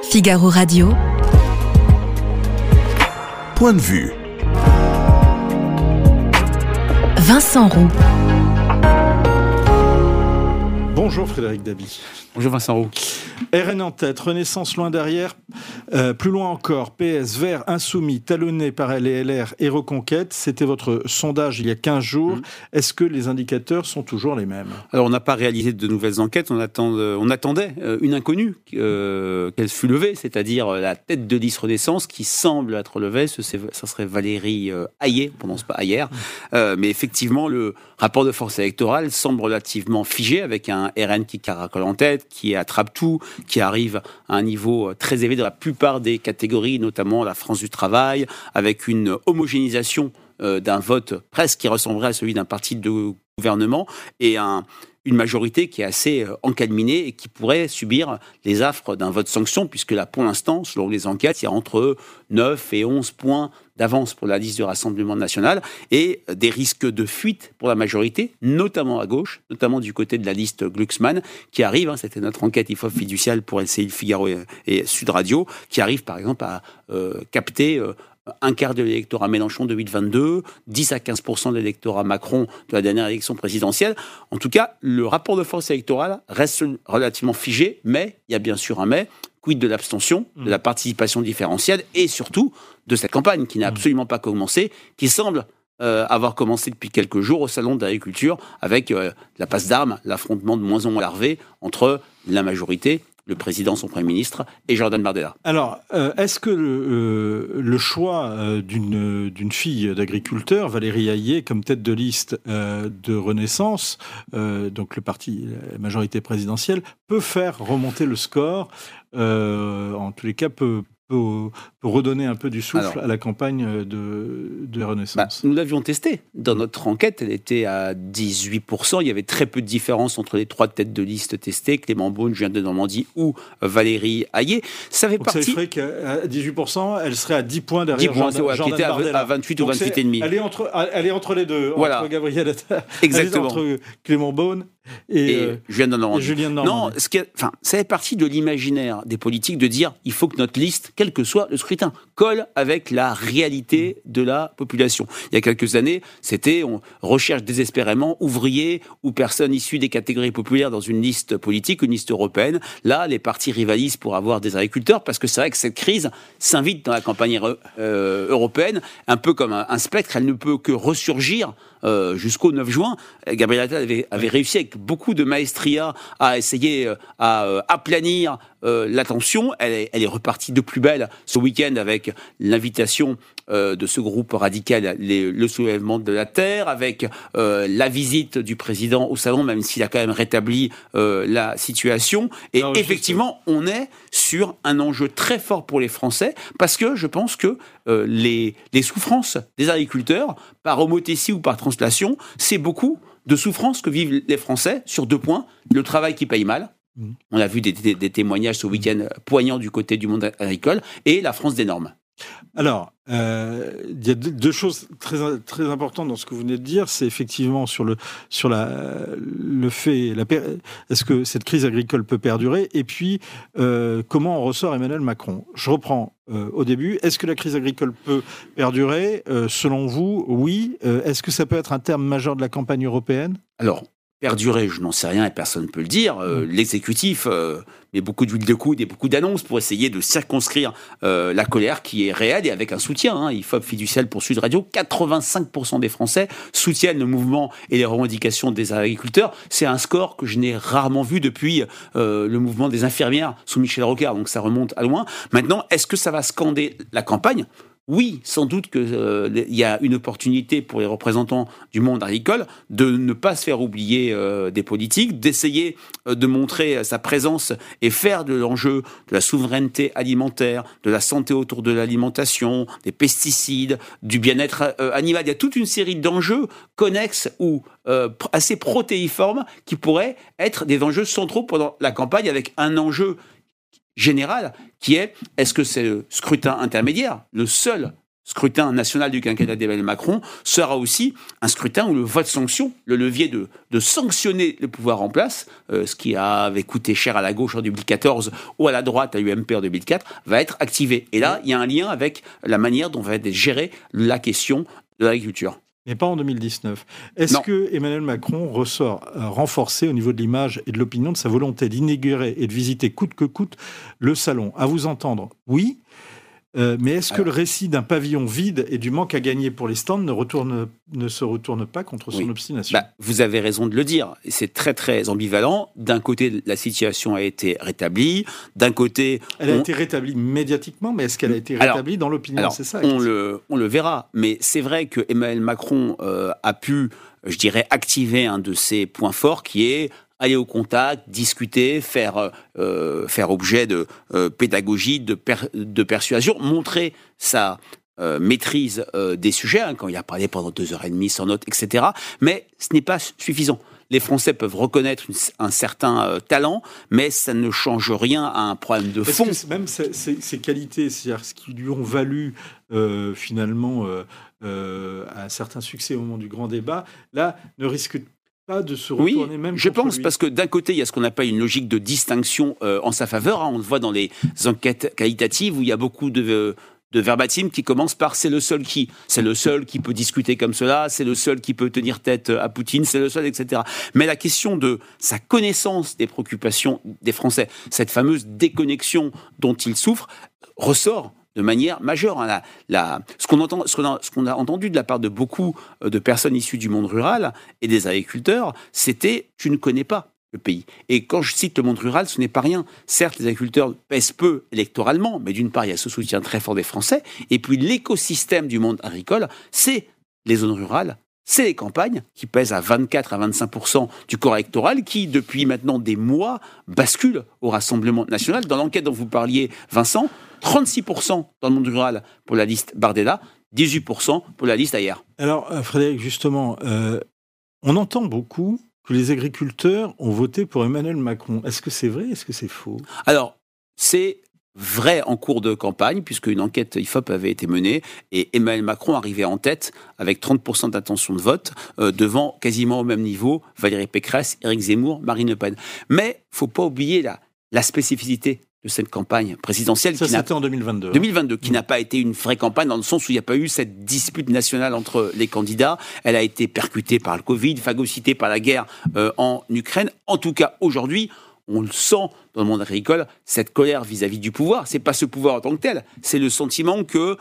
Figaro Radio. Point de vue. Vincent Roux. Bonjour Frédéric Dabi. Bonjour Vincent Roux. RN en tête, Renaissance loin derrière, plus loin encore, PS, Verts, Insoumis, talonnés par les LR et Reconquête. C'était votre sondage il y a 15 jours. Est-ce que les indicateurs sont toujours les mêmes ? Alors on n'a pas réalisé de nouvelles enquêtes, on attendait une inconnue, qu'elle fût levée, c'est-à-dire la tête de liste Renaissance qui semble être levée, ça serait Valérie Hayet, on ne prononce pas Ayer, mais effectivement le rapport de force électorale semble relativement figé avec un RN qui caracole en tête, qui attrape tout, qui arrive à un niveau très élevé dans la plupart des catégories, notamment la France du travail, avec une homogénéisation d'un vote presque qui ressemblerait à celui d'un parti de gouvernement et une majorité qui est assez encalminée et qui pourrait subir les affres d'un vote sanction, puisque là, pour l'instant, selon les enquêtes, il y a entre 9 et 11 points d'avance pour la liste du Rassemblement national et des risques de fuite pour la majorité, notamment à gauche, notamment du côté de la liste Glucksmann, qui arrive, c'était notre enquête IFOP fiduciale pour LCI, Le Figaro et Sud Radio, qui arrive par exemple à capter un quart de l'électorat Mélenchon de 8,22, 10 à 15% de l'électorat Macron de la dernière élection présidentielle. En tout cas, le rapport de force électorale reste relativement figé, mais il y a bien sûr un mais. Quid de l'abstention, de la participation différentielle et surtout de cette campagne qui n'a absolument pas commencé, qui semble avoir commencé depuis quelques jours au Salon de l'Agriculture avec la passe d'armes, l'affrontement de moins en moins larvé entre la majorité, le président, son Premier ministre, et Jordan Bardella. Alors, est-ce que le choix d'une fille d'agriculteur, Valérie Hayet, comme tête de liste de Renaissance, donc le parti, la majorité présidentielle, peut faire remonter le score, en tous les cas peut redonner un peu du souffle à la campagne de Renaissance? Nous l'avions testé. Dans notre enquête, elle était à 18%. Il y avait très peu de différence entre les trois têtes de liste testées, Clément Beaune, Julien Denormandie ou Valérie Hayet. Ça fait partie... Ça ferait qu'à 18%, elle serait à 10 points derrière 10 points, Jordan qui était Bardella. à 28 ou 28,5. Elle est entre les deux, voilà. entre Gabriel Attal, exactement. Entre Clément Beaune et Julien Denormandie. Non, ça fait partie de l'imaginaire des politiques de dire il faut que notre liste, quel que soit le scrutin, colle avec la réalité de la population. Il y a quelques années, on recherche désespérément ouvriers ou personnes issues des catégories populaires dans une liste politique, une liste européenne. Là, les partis rivalisent pour avoir des agriculteurs parce que c'est vrai que cette crise s'invite dans la campagne européenne, un peu comme un spectre. Elle ne peut que ressurgir jusqu'au 9 juin. Gabriel Attal avait réussi avec beaucoup de maestria à essayer à aplanir la tension. Elle est repartie de plus belle ce week-end avec l'invitation de ce groupe radical, le soulèvement de la terre, avec la visite du président au salon, même s'il a quand même rétabli la situation. Et effectivement, on est sur un enjeu très fort pour les Français, parce que je pense que les souffrances des agriculteurs, par homothétie ou par translation, c'est beaucoup de souffrances que vivent les Français sur deux points. Le travail qui paye mal. On a vu des témoignages ce week-end poignants du côté du monde agricole, et la France des normes. Alors, il y a deux choses très, très importantes dans ce que vous venez de dire. C'est effectivement sur le fait, est-ce que cette crise agricole peut perdurer ? Et puis, comment en ressort Emmanuel Macron ? Je reprends au début. Est-ce que la crise agricole peut perdurer ? Selon vous, oui. Est-ce que ça peut être un terme majeur de la campagne européenne ? Alors, perdurer, je n'en sais rien et personne ne peut le dire. L'exécutif met beaucoup d'huile de coude et beaucoup d'annonces pour essayer de circonscrire la colère qui est réelle et avec un soutien. IFOP fiducial pour Sud Radio, 85% des Français soutiennent le mouvement et les revendications des agriculteurs. C'est un score que je n'ai rarement vu depuis le mouvement des infirmières sous Michel Rocard, donc ça remonte à loin. Maintenant, est-ce que ça va scander la campagne ? Oui, sans doute qu'il y a une opportunité pour les représentants du monde agricole de ne pas se faire oublier des politiques, d'essayer de montrer sa présence et faire de l'enjeu de la souveraineté alimentaire, de la santé autour de l'alimentation, des pesticides, du bien-être animal. Il y a toute une série d'enjeux connexes ou assez protéiformes qui pourraient être des enjeux centraux pendant la campagne, avec un enjeu général qui est-ce que c'est le scrutin intermédiaire, le seul scrutin national du quinquennat d'Emmanuel Macron sera aussi un scrutin où le vote sanction, le levier de sanctionner le pouvoir en place, ce qui avait coûté cher à la gauche en 2014 ou à la droite à UMP en 2004, va être activé. Et là, il y a un lien avec la manière dont va être gérée la question de l'agriculture. Mais pas en 2019. Est-ce que Emmanuel Macron ressort renforcé au niveau de l'image et de l'opinion de sa volonté d'inaugurer et de visiter coûte que coûte le salon ? À vous entendre, oui. Mais est-ce que le récit d'un pavillon vide et du manque à gagner pour les stands ne se retourne pas contre son obstination ? Vous avez raison de le dire. C'est très, très ambivalent. D'un côté, la situation a été rétablie. D'un côté... Elle a été rétablie médiatiquement, mais est-ce qu'elle a été rétablie dans l'opinion ? C'est ça. On le verra. Mais c'est vrai que Emmanuel Macron a pu, je dirais, activer un de ses points forts qui est aller au contact, discuter, faire objet de pédagogie, de persuasion, montrer sa maîtrise des sujets, quand il a parlé pendant 2h30 sans notes, etc. Mais ce n'est pas suffisant. Les Français peuvent reconnaître un certain talent, mais ça ne change rien à un problème de fond. Est-ce que même ces qualités, c'est-à-dire ce qui lui ont valu finalement un certain succès au moment du grand débat, là, ne risquent pas de se retourner même je pense, lui. parce que d'un côté, il y a ce qu'on appelle une logique de distinction en sa faveur. On le voit dans les enquêtes qualitatives où il y a beaucoup de verbatim qui commencent par « c'est le seul qui ». C'est le seul qui peut discuter comme cela, c'est le seul qui peut tenir tête à Poutine, c'est le seul, etc. Mais la question de sa connaissance des préoccupations des Français, cette fameuse déconnexion dont il souffre, ressort de manière majeure. Ce qu'on a entendu de la part de beaucoup de personnes issues du monde rural et des agriculteurs, c'était « tu ne connais pas le pays ». Et quand je cite le monde rural, ce n'est pas rien. Certes, les agriculteurs pèsent peu électoralement, mais d'une part, il y a ce soutien très fort des Français, et puis l'écosystème du monde agricole, c'est les zones rurales, c'est les campagnes, qui pèsent à 24 à 25% du corps électoral, qui, depuis maintenant des mois, basculent au Rassemblement national. Dans l'enquête dont vous parliez, Vincent, 36% dans le monde rural pour la liste Bardella, 18% pour la liste Ayer. Alors, Frédéric, justement, on entend beaucoup que les agriculteurs ont voté pour Emmanuel Macron. Est-ce que c'est vrai ? Est-ce que c'est faux ? Alors, c'est vrai en cours de campagne, puisque une enquête IFOP avait été menée, et Emmanuel Macron arrivait en tête avec 30% d'intention de vote, devant quasiment au même niveau Valérie Pécresse, Éric Zemmour, Marine Le Pen. Mais il ne faut pas oublier la spécificité de cette campagne présidentielle. C'était en 2022. 2022, qui n'a pas été une vraie campagne dans le sens où il n'y a pas eu cette dispute nationale entre les candidats. Elle a été percutée par le Covid, phagocytée par la guerre en Ukraine. En tout cas, aujourd'hui, on le sent dans le monde agricole, cette colère vis-à-vis du pouvoir. C'est pas ce pouvoir en tant que tel, c'est le sentiment que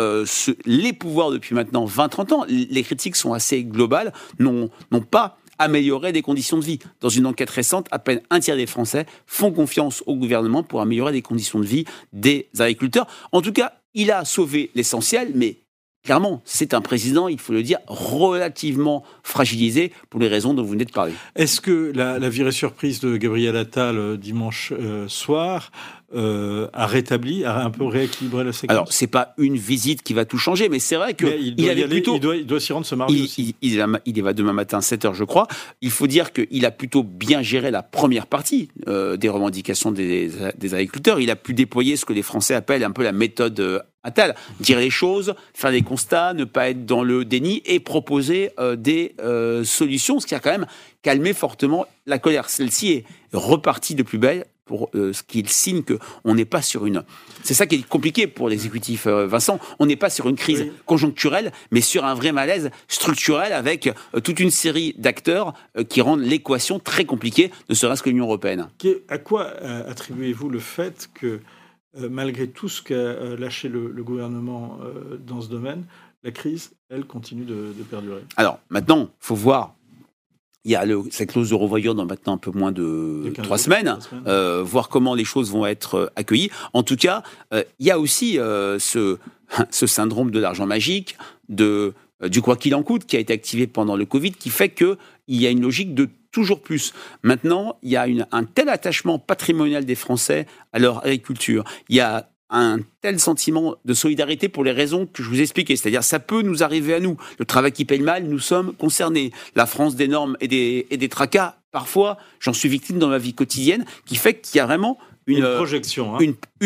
les pouvoirs depuis maintenant 20-30 ans, les critiques sont assez globales, n'ont pas améliorer des conditions de vie. Dans une enquête récente, à peine un tiers des Français font confiance au gouvernement pour améliorer les conditions de vie des agriculteurs. En tout cas, il a sauvé l'essentiel, mais clairement, c'est un président, il faut le dire, relativement fragilisé pour les raisons dont vous venez de parler. Est-ce que la virée surprise de Gabriel Attal dimanche soir a rétabli, a un peu rééquilibré la séquence? Alors, c'est pas une visite qui va tout changer, mais c'est vrai qu'il il doit s'y rendre ce mardi aussi. Il y va demain matin 7h, je crois. Il faut dire qu'il a plutôt bien géré la première partie des revendications des agriculteurs. Il a pu déployer ce que les Français appellent un peu la méthode Attal, dire les choses, faire des constats, ne pas être dans le déni et proposer des solutions, ce qui a quand même calmé fortement la colère. Celle-ci est repartie de plus belle pour ce qu'il signe qu'on n'est pas sur une... C'est ça qui est compliqué pour l'exécutif, Vincent. On n'est pas sur une crise conjoncturelle, mais sur un vrai malaise structurel avec toute une série d'acteurs qui rendent l'équation très compliquée, ne serait-ce que l'Union européenne. À quoi attribuez-vous le fait que, malgré tout ce qu'a lâché le gouvernement dans ce domaine, la crise, elle, continue de perdurer? Alors, maintenant, il faut voir. Il y a cette clause de revoyure dans maintenant un peu moins de 3 semaines, voir comment les choses vont être accueillies. En tout cas, il y a aussi ce syndrome de l'argent magique, du quoi qu'il en coûte, qui a été activé pendant le Covid, qui fait qu'il y a une logique de toujours plus. Maintenant, il y a un tel attachement patrimonial des Français à leur agriculture. Il y a un tel sentiment de solidarité pour les raisons que je vous expliquais. C'est-à-dire, ça peut nous arriver à nous. Le travail qui paye mal, nous sommes concernés. La France des normes et des tracas, parfois, j'en suis victime dans ma vie quotidienne, qui fait qu'il y a vraiment une projection, une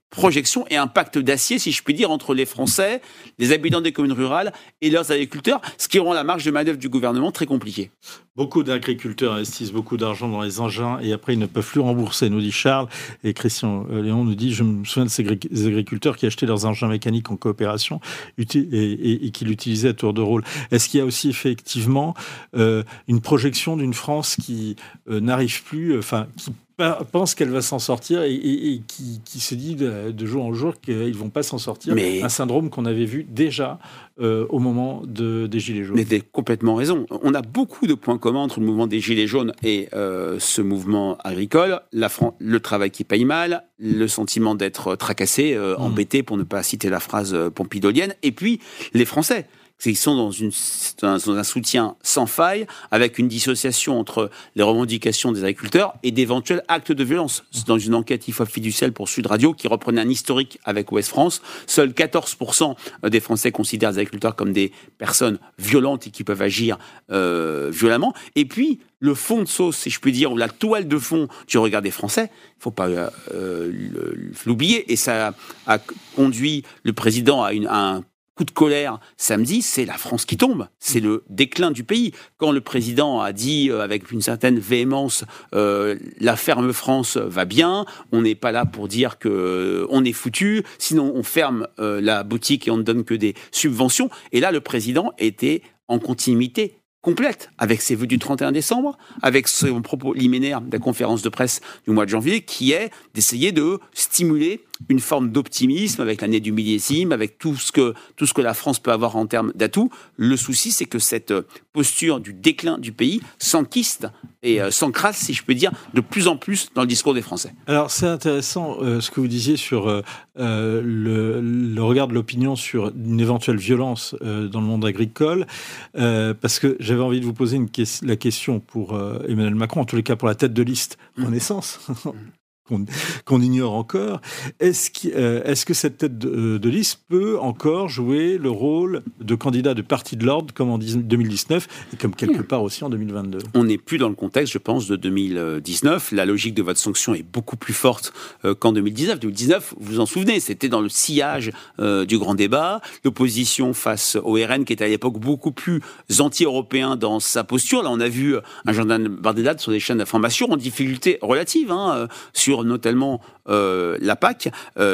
projection et un pacte d'acier, si je puis dire, entre les Français, les habitants des communes rurales et leurs agriculteurs, ce qui rend la marge de manœuvre du gouvernement très compliquée. Beaucoup d'agriculteurs investissent beaucoup d'argent dans les engins et après ils ne peuvent plus rembourser, nous dit Charles. Et Christian Léon nous dit, je me souviens de ces agriculteurs qui achetaient leurs engins mécaniques en coopération et qui l'utilisaient à tour de rôle. Est-ce qu'il y a aussi effectivement une projection d'une France qui n'arrive plus, qui pense qu'elle va s'en sortir et qui se dit de jour en jour qu'ils ne vont pas s'en sortir. Un syndrome qu'on avait vu déjà au moment des Gilets jaunes. Mais tu as complètement raison. On a beaucoup de points communs entre le mouvement des Gilets jaunes et ce mouvement agricole. Le travail qui paye mal, le sentiment d'être tracassé, embêté, pour ne pas citer la phrase pompidolienne, et puis les Français. Ils sont dans un soutien sans faille, avec une dissociation entre les revendications des agriculteurs et d'éventuels actes de violence. Dans une enquête IFOP fiduciaire pour Sud Radio, qui reprenait un historique avec Ouest France, seuls 14% des Français considèrent les agriculteurs comme des personnes violentes et qui peuvent agir violemment. Et puis, le fond de sauce, si je puis dire, ou la toile de fond du regard des Français, il ne faut pas l'oublier, et ça a conduit le président à un coup de colère samedi, c'est la France qui tombe, c'est le déclin du pays. Quand le président a dit avec une certaine véhémence la ferme France va bien, on n'est pas là pour dire que on est foutu, sinon on ferme la boutique et on ne donne que des subventions. Et là, le président était en continuité complète avec ses vœux du 31 décembre, avec son propos liminaire de la conférence de presse du mois de janvier, qui est d'essayer de stimuler une forme d'optimisme avec l'année du millésime, avec tout ce que la France peut avoir en termes d'atouts. Le souci, c'est que cette posture du déclin du pays s'enquiste et s'encrasse, si je peux dire, de plus en plus dans le discours des Français. Alors, c'est intéressant ce que vous disiez sur le regard de l'opinion sur une éventuelle violence dans le monde agricole, parce que j'avais envie de vous poser la question pour Emmanuel Macron, en tous les cas pour la tête de liste Renaissance, qu'on ignore encore. Est-ce que cette tête de liste peut encore jouer le rôle de candidat de parti de l'ordre comme en 2019 et comme quelque part aussi en 2022 ? On n'est plus dans le contexte, je pense, de 2019. La logique de votre sanction est beaucoup plus forte qu'en 2019. 2019, vous vous en souvenez, c'était dans le sillage du grand débat. L'opposition face au RN, qui était à l'époque beaucoup plus anti-européen dans sa posture. Là, on a vu un Jordan Bardella sur des chaînes d'information en difficulté relative, sur notamment la PAC.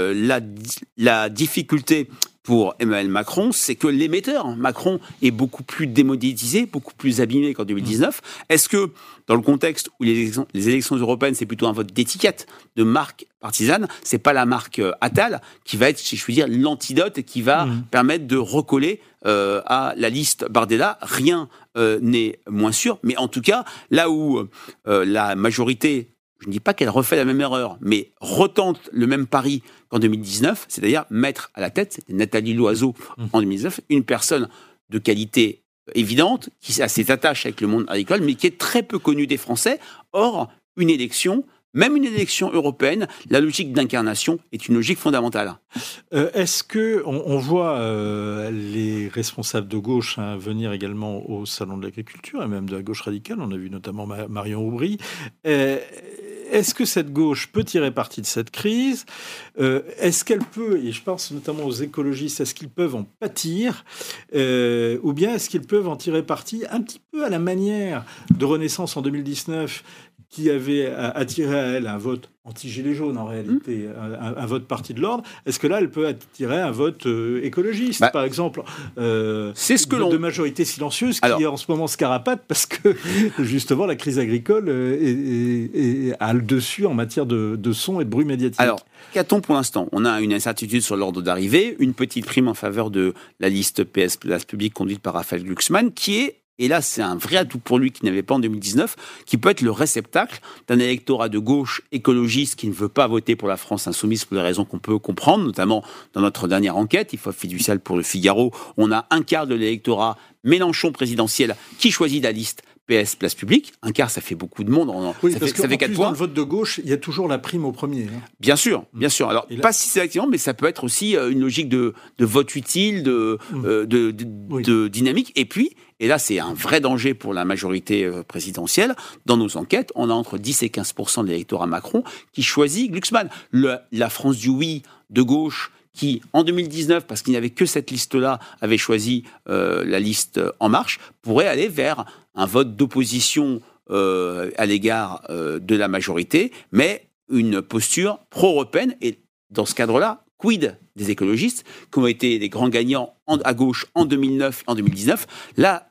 La difficulté pour Emmanuel Macron, c'est que l'émetteur Macron est beaucoup plus démonétisé, beaucoup plus abîmé qu'en 2019. Est-ce que, dans le contexte où les élections européennes, c'est plutôt un vote d'étiquette, de marque partisane, c'est pas la marque Attal qui va être, si je puis dire, l'antidote et qui va permettre de recoller à la liste Bardella. Rien n'est moins sûr, mais en tout cas, là où la majorité, je ne dis pas qu'elle refait la même erreur, mais retente le même pari qu'en 2019, c'est-à-dire mettre à la tête, c'était Nathalie Loiseau en 2019, une personne de qualité évidente, qui a ses attaches avec le monde agricole, mais qui est très peu connue des Français. Or, une élection, même une élection européenne, la logique d'incarnation est une logique fondamentale. Est-ce que on voit les responsables de gauche venir également au Salon de l'Agriculture, et même de la gauche radicale, on a vu notamment Marion Aubry. Est-ce que cette gauche peut tirer parti de cette crise ? Est-ce qu'elle peut, et je pense notamment aux écologistes, est-ce qu'ils peuvent en pâtir ? Ou bien est-ce qu'ils peuvent en tirer parti un petit peu à la manière de Renaissance en 2019, qui avait attiré à elle un vote anti-gilet jaune en réalité, un vote parti de l'ordre. Est-ce que là, elle peut attirer un vote écologiste, par exemple, c'est ce que de majorité silencieuse qui est en ce moment scarapate parce que justement la crise agricole a le dessus en matière de son et de bruit médiatique. Alors, qu'a-t-on pour l'instant ? On a une incertitude sur l'ordre d'arrivée, une petite prime en faveur de la liste PS Place Publique conduite par Raphaël Glucksmann, qui est, et là, c'est un vrai atout pour lui qu'il n'avait pas en 2019, qui peut être le réceptacle d'un électorat de gauche écologiste qui ne veut pas voter pour la France insoumise pour des raisons qu'on peut comprendre, notamment dans notre dernière enquête, IFOP fiduciaire pour le Figaro, on a un quart de l'électorat Mélenchon présidentiel qui choisit la liste PS place publique. Un quart, ça fait beaucoup de monde. Ça fait 4 points. Dans le vote de gauche, il y a toujours la prime au premier. Hein. Bien sûr. Alors, pas systématiquement, mais ça peut être aussi une logique de vote utile, de dynamique. Et là, c'est un vrai danger pour la majorité présidentielle. Dans nos enquêtes, on a entre 10 et 15% de l'électorat Macron qui choisit Glucksmann. La France du oui de gauche, qui, en 2019, parce qu'il n'y avait que cette liste-là, avait choisi la liste En Marche, pourrait aller vers un vote d'opposition à l'égard de la majorité, mais une posture pro-européenne. Et dans ce cadre-là, quid des écologistes, qui ont été les grands gagnants à gauche en 2009 et en 2019 ? Là,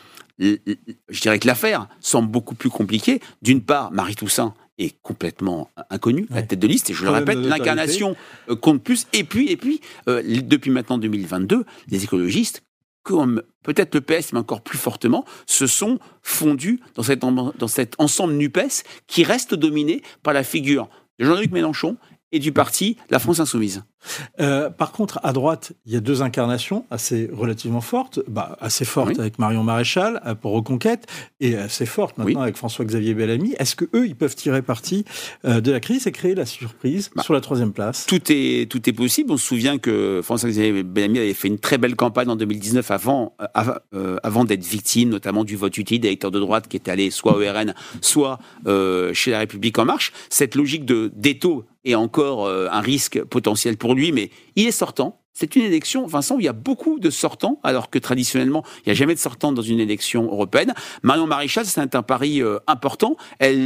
je dirais que l'affaire semble beaucoup plus compliquée. D'une part, Marie Toussaint est complètement inconnue, la tête de liste, et je le répète, l'incarnation compte plus. Et puis, depuis maintenant 2022, les écologistes, comme peut-être le PS, mais encore plus fortement, se sont fondus dans cet ensemble NUPES qui reste dominé par la figure de Jean-Luc Mélenchon et du parti La France Insoumise. Par contre, à droite, il y a 2 incarnations relativement fortes. Assez fortes avec Marion Maréchal pour Reconquête et assez fortes maintenant avec François-Xavier Bellamy. Est-ce qu'eux, ils peuvent tirer parti de la crise et créer la surprise sur la 3e place ? Tout est possible. On se souvient que François-Xavier Bellamy avait fait une très belle campagne en 2019 avant d'être victime notamment du vote utile des électeurs de droite qui étaient allés soit au RN, soit chez La République En Marche. Cette logique d'étau est encore un risque potentiel pour lui, mais il est sortant. C'est une élection, Vincent, où il y a beaucoup de sortants, alors que traditionnellement, il n'y a jamais de sortants dans une élection européenne. Marion Maréchal, c'est un pari important.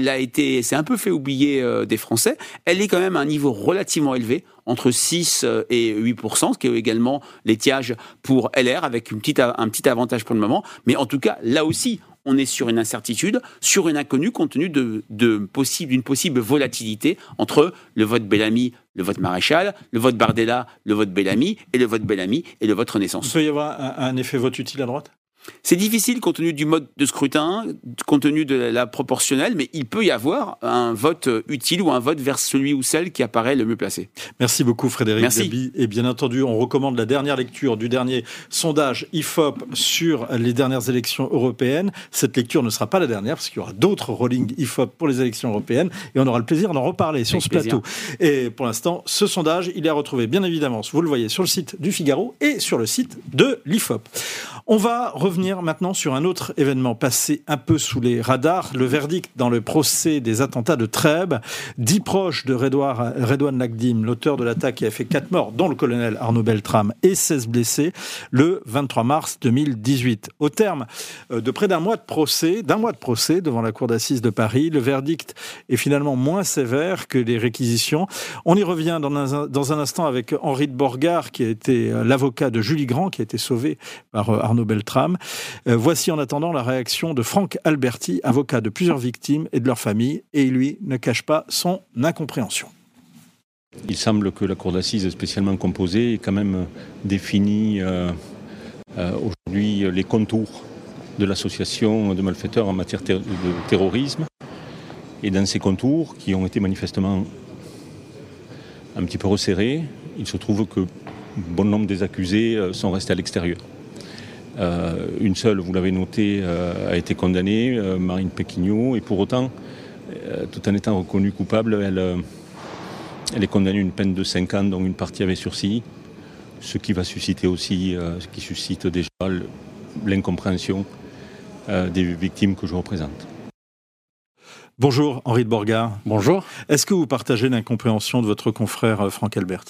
C'est un peu fait oublier des Français. Elle est quand même à un niveau relativement élevé, entre 6 et 8%, ce qui est également l'étiage pour LR, avec un petit avantage pour le moment. Mais en tout cas, là aussi, on est sur une incertitude, sur une inconnue, compte tenu d'une possible volatilité entre le vote Bellamy, le vote Maréchal, le vote Bardella, le vote Bellamy, et le vote Bellamy et le vote Renaissance. Il peut y avoir un effet vote utile à droite ? C'est difficile compte tenu du mode de scrutin, compte tenu de la proportionnelle, mais il peut y avoir un vote utile ou un vote vers celui ou celle qui apparaît le mieux placé. Merci beaucoup Frédéric Dabi. Et bien entendu, on recommande la dernière lecture du dernier sondage IFOP sur les dernières élections européennes. Cette lecture ne sera pas la dernière parce qu'il y aura d'autres rollings IFOP pour les élections européennes et on aura le plaisir d'en reparler sur ce plateau. Et pour l'instant, ce sondage, il est à retrouver bien évidemment, vous le voyez, sur le site du Figaro et sur le site de l'IFOP. On va revenir maintenant sur un autre événement passé un peu sous les radars, le verdict dans le procès des attentats de Trèbes. 10 proches de Redouane Lagdim, l'auteur de l'attaque qui a fait 4 morts, dont le colonel Arnaud Beltrame, et 16 blessés, le 23 mars 2018. Au terme de près d'un mois de procès devant la cour d'assises de Paris, le verdict est finalement moins sévère que les réquisitions. On y revient dans un instant avec Henri de Borgard, qui a été l'avocat de Julie Grand, qui a été sauvé par Arnaud Beltrame. Voici en attendant la réaction de Franck Alberti, avocat de plusieurs victimes et de leurs familles, et lui ne cache pas son incompréhension. Il semble que la cour d'assises spécialement composée ait quand même défini aujourd'hui les contours de l'association de malfaiteurs en matière de terrorisme. Et dans ces contours, qui ont été manifestement un petit peu resserrés, il se trouve que bon nombre des accusés sont restés à l'extérieur. Une seule, vous l'avez noté, a été condamnée, Marine Péquignot, et pour autant, tout en étant reconnue coupable, elle est condamnée à une peine de 5 ans, dont une partie avec sursis, ce qui va susciter aussi, ce qui suscite déjà l'incompréhension des victimes que je représente. Bonjour Henri de Borgard. Bonjour. Est-ce que vous partagez l'incompréhension de votre confrère Franck Alberti ?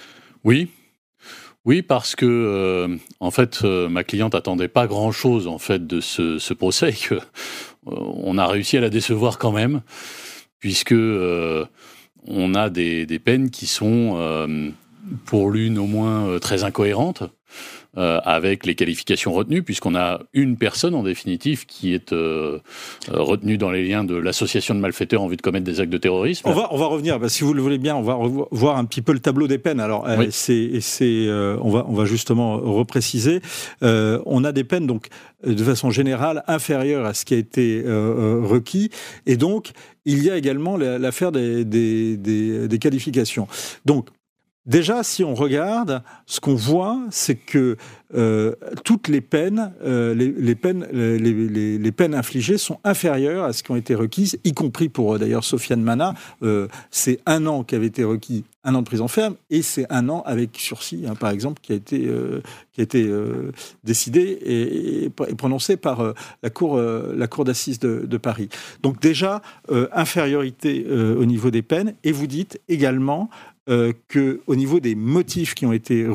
Oui, parce que en fait, ma cliente attendait pas grand-chose en fait de ce procès, et que on a réussi à la décevoir quand même, puisque on a des peines qui sont pour l'une au moins très incohérentes avec les qualifications retenues, puisqu'on a une personne en définitive qui est retenue dans les liens de l'association de malfaiteurs en vue de commettre des actes de terrorisme. On va revenir, si vous le voulez bien, on va voir un petit peu le tableau des peines. Alors, oui. On va justement repréciser. On a des peines donc de façon générale inférieures à ce qui a été requis, et donc il y a également l'affaire des qualifications. Donc Déjà, si on regarde, ce qu'on voit, c'est que toutes les peines, les peines infligées sont inférieures à ce qui ont été requises, y compris pour d'ailleurs Sofiane Mana. C'est 1 an qui avait été requis, 1 an de prison ferme, et c'est 1 an avec sursis, par exemple, qui a été décidé et prononcé par la cour d'assises de Paris. Donc déjà, infériorité au niveau des peines, et vous dites également qu'au niveau des motifs qui ont été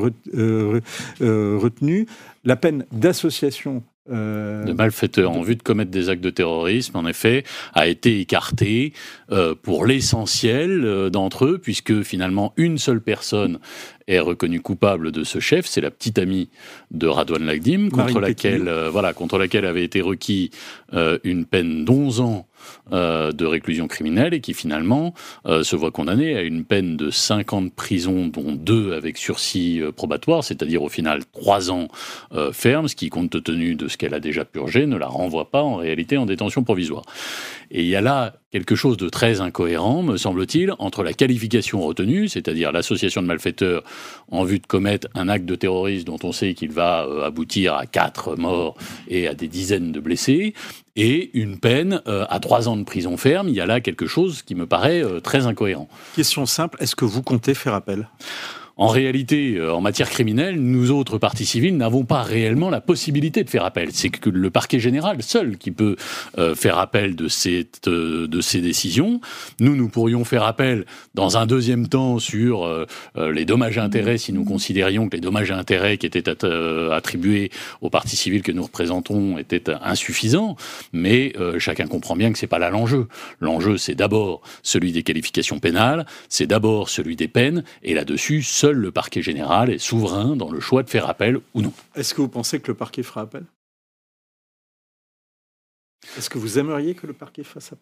retenus, la peine d'association de malfaiteurs en vue de commettre des actes de terrorisme, en effet, a été écartée pour l'essentiel d'entre eux, puisque finalement une seule personne est reconnue coupable de ce chef, c'est la petite amie de Radouane Lagdim, contre laquelle avait été requis une peine d'11 ans de réclusion criminelle et qui finalement se voit condamnée à une peine de 5 ans de prison, dont 2 avec sursis probatoire, c'est-à-dire au final 3 ans ferme, ce qui, compte tenu de ce qu'elle a déjà purgé, ne la renvoie pas en réalité en détention provisoire. Et il y a là quelque chose de très incohérent, me semble-t-il, entre la qualification retenue, c'est-à-dire l'association de malfaiteurs en vue de commettre un acte de terrorisme dont on sait qu'il va aboutir à 4 morts et à des dizaines de blessés, et une peine à 3 ans de prison ferme. Il y a là quelque chose qui me paraît très incohérent. Question simple, est-ce que vous comptez faire appel ? En réalité, en matière criminelle, nous autres parties civiles n'avons pas réellement la possibilité de faire appel. C'est que le parquet général seul qui peut faire appel de ces décisions. Nous pourrions faire appel dans un deuxième temps sur les dommages et intérêts si nous considérions que les dommages et intérêts qui étaient attribués aux parties civiles que nous représentons étaient insuffisants. Mais chacun comprend bien que c'est pas là l'enjeu. L'enjeu, c'est d'abord celui des qualifications pénales, c'est d'abord celui des peines, et là-dessus, seul le parquet général est souverain dans le choix de faire appel ou non. Est-ce que vous pensez que le parquet fera appel ? Est-ce que vous aimeriez que le parquet fasse appel ?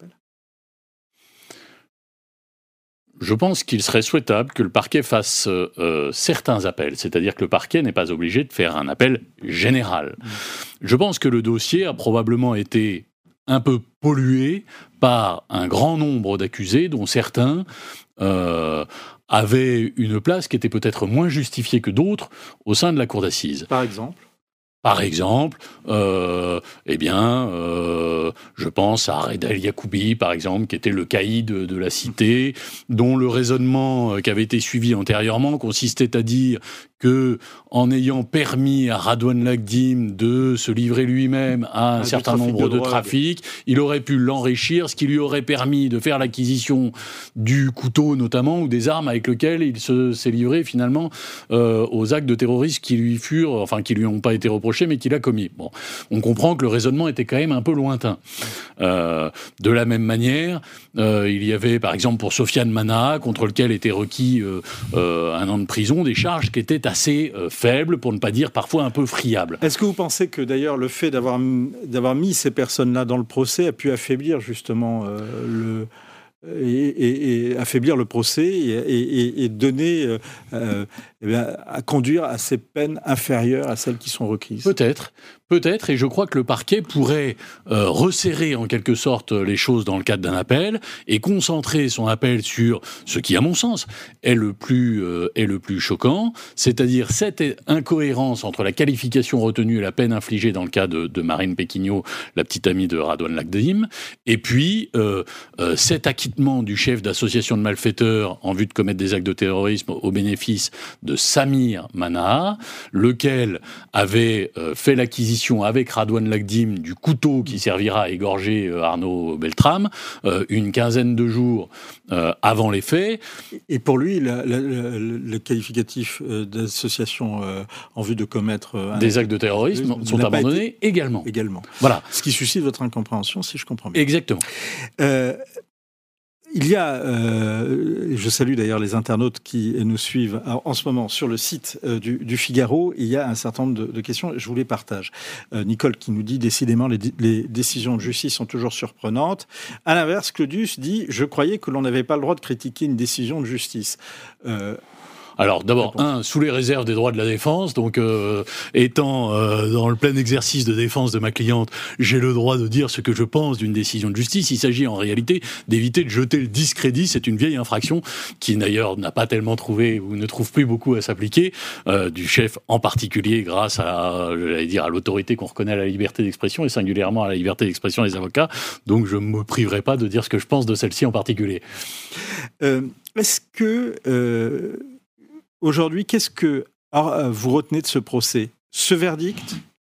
Je pense qu'il serait souhaitable que le parquet fasse certains appels, c'est-à-dire que le parquet n'est pas obligé de faire un appel général. Je pense que le dossier a probablement été un peu pollué par un grand nombre d'accusés, dont certains avaient une place qui était peut-être moins justifiée que d'autres au sein de la cour d'assises. Par exemple, je pense à Reda El Yacoubi, par exemple, qui était le caïd de la cité, dont le raisonnement qui avait été suivi antérieurement consistait à dire que, en ayant permis à Radouane Lagdim de se livrer lui-même à un certain nombre de trafics, il aurait pu l'enrichir, ce qui lui aurait permis de faire l'acquisition du couteau notamment, ou des armes avec lesquelles il s'est livré finalement aux actes de terrorisme qui lui ont pas été reprochés, mais qu'il a commis. Bon, on comprend que le raisonnement était quand même un peu lointain. De la même manière, il y avait par exemple pour Sofiane Mana, contre lequel était requis 1 an de prison, des charges qui étaient assez faibles, pour ne pas dire parfois un peu friables. Est-ce que vous pensez que d'ailleurs le fait d'avoir mis ces personnes-là dans le procès a pu affaiblir justement affaiblir le procès et donner à conduire à ces peines inférieures à celles qui sont requises ? Peut-être, et je crois que le parquet pourrait resserrer en quelque sorte les choses dans le cadre d'un appel et concentrer son appel sur ce qui, à mon sens, est le plus choquant, c'est-à-dire cette incohérence entre la qualification retenue et la peine infligée dans le cas de Marine Péquignot, la petite amie de Radouane Lagdim, et puis cet acquittement du chef d'association de malfaiteurs en vue de commettre des actes de terrorisme au bénéfice de Samir Mana, lequel avait fait l'acquisition avec Radouane Lagdim du couteau qui servira à égorger Arnaud Beltrame une quinzaine de jours avant les faits. Et pour lui, le qualificatif d'association en vue de commettre des actes de terrorisme sont abandonnés également. Voilà. Ce qui suscite votre incompréhension, si je comprends bien. Exactement. Il y a, je salue d'ailleurs les internautes qui nous suivent en ce moment sur le site du Figaro, il y a un certain nombre de questions, je vous les partage. Nicole qui nous dit, décidément, les décisions de justice sont toujours surprenantes. À l'inverse, Claudius dit, je croyais que l'on n'avait pas le droit de critiquer une décision de justice. Alors d'abord, sous les réserves des droits de la défense, donc étant dans le plein exercice de défense de ma cliente, j'ai le droit de dire ce que je pense d'une décision de justice. Il s'agit en réalité d'éviter de jeter le discrédit. C'est une vieille infraction qui d'ailleurs n'a pas tellement trouvé ou ne trouve plus beaucoup à s'appliquer, du chef en particulier grâce à l'autorité qu'on reconnaît à la liberté d'expression et singulièrement à la liberté d'expression des avocats. Donc je ne me priverai pas de dire ce que je pense de celle-ci en particulier. Est-ce que aujourd'hui, qu'est-ce que vous retenez de ce procès ? Ce verdict ?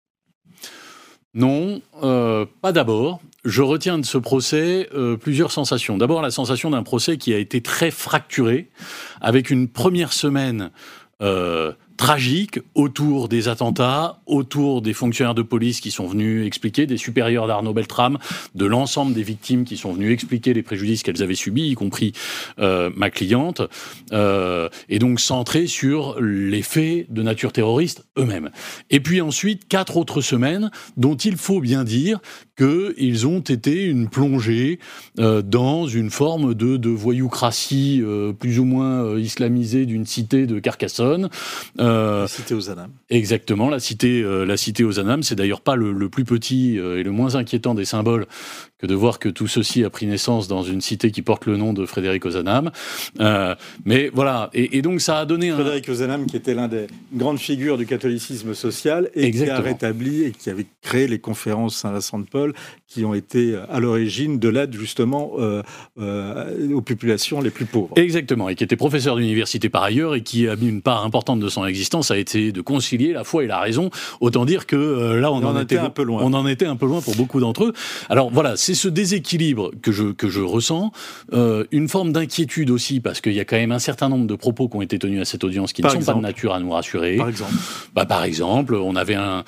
Non, pas d'abord. Je retiens de ce procès plusieurs sensations. D'abord, la sensation d'un procès qui a été très fracturé, avec une première semaine tragique autour des attentats, autour des fonctionnaires de police qui sont venus expliquer, des supérieurs d'Arnaud Beltrame, de l'ensemble des victimes qui sont venus expliquer les préjudices qu'elles avaient subis, y compris ma cliente, et donc centré sur les faits de nature terroriste eux-mêmes. Et puis ensuite, 4 autres semaines dont il faut bien dire qu'ils ont été une plongée dans une forme de voyoucratie plus ou moins islamisée d'une cité de Carcassonne. La cité aux Anames. Exactement, la cité aux Anames. C'est d'ailleurs pas le plus petit et le moins inquiétant des symboles que de voir que tout ceci a pris naissance dans une cité qui porte le nom de Frédéric Ozanam. Mais voilà, et donc ça a donné Frédéric Ozanam, qui était l'un des grandes figures du catholicisme social et Exactement. qui a rétabli et qui avait créé les conférences Saint-Vincent-de-Paul, qui ont été à l'origine de l'aide justement aux populations les plus pauvres. Exactement, et qui était professeur d'université par ailleurs et qui a mis une part importante de son existence à été de concilier la foi et la raison. Autant dire que là, on en était un peu loin. On en était un peu loin pour beaucoup d'entre eux. Alors voilà, c'est ce déséquilibre que je ressens, une forme d'inquiétude aussi, parce qu'il y a quand même un certain nombre de propos qui ont été tenus à cette audience qui ne sont pas de nature à nous rassurer. Par exemple, on avait un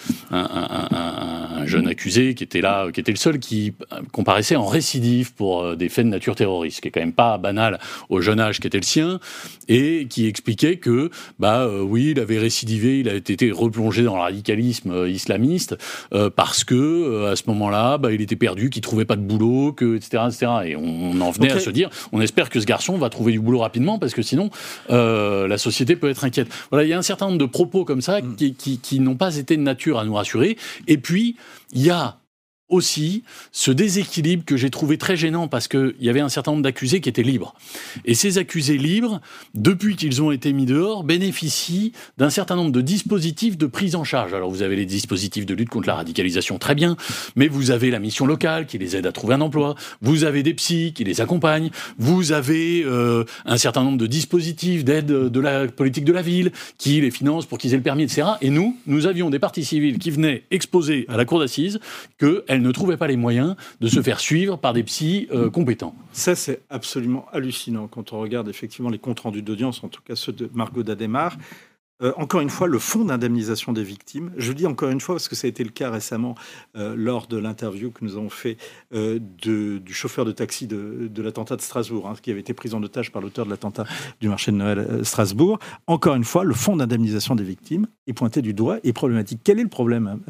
jeune accusé qui était là, qui était le seul qui comparaissait en récidive pour des faits de nature terroriste, ce qui est quand même pas banal au jeune âge qui était le sien, et qui expliquait que oui, il avait récidivé, il avait été replongé dans le radicalisme islamiste parce que à ce moment-là, il était perdu, qu'il trouvait pas de boulot, etc. Et on en venait à se dire, on espère que ce garçon va trouver du boulot rapidement parce que sinon la société peut être inquiète. Voilà, il y a un certain nombre de propos comme ça qui n'ont pas été de nature à nous rassurer. Et puis il y a aussi ce déséquilibre que j'ai trouvé très gênant parce qu'il y avait un certain nombre d'accusés qui étaient libres. Et ces accusés libres, depuis qu'ils ont été mis dehors, bénéficient d'un certain nombre de dispositifs de prise en charge. Alors vous avez les dispositifs de lutte contre la radicalisation, très bien, mais vous avez la mission locale qui les aide à trouver un emploi, vous avez des psys qui les accompagnent, vous avez un certain nombre de dispositifs d'aide de la politique de la ville qui les financent pour qu'ils aient le permis, etc. Et nous avions des parties civiles qui venaient exposer à la cour d'assises qu'elles ne trouvaient pas les moyens de se faire suivre par des psys compétents. Ça, c'est absolument hallucinant quand on regarde effectivement les comptes rendus d'audience, en tout cas ceux de Margot Dademar. Encore une fois, le fonds d'indemnisation des victimes, je dis encore une fois parce que ça a été le cas récemment lors de l'interview que nous avons fait du chauffeur de taxi de l'attentat de Strasbourg, qui avait été pris en otage par l'auteur de l'attentat du marché de Noël Strasbourg. Encore une fois, le fonds d'indemnisation des victimes est pointé du doigt et problématique. Quel est le problème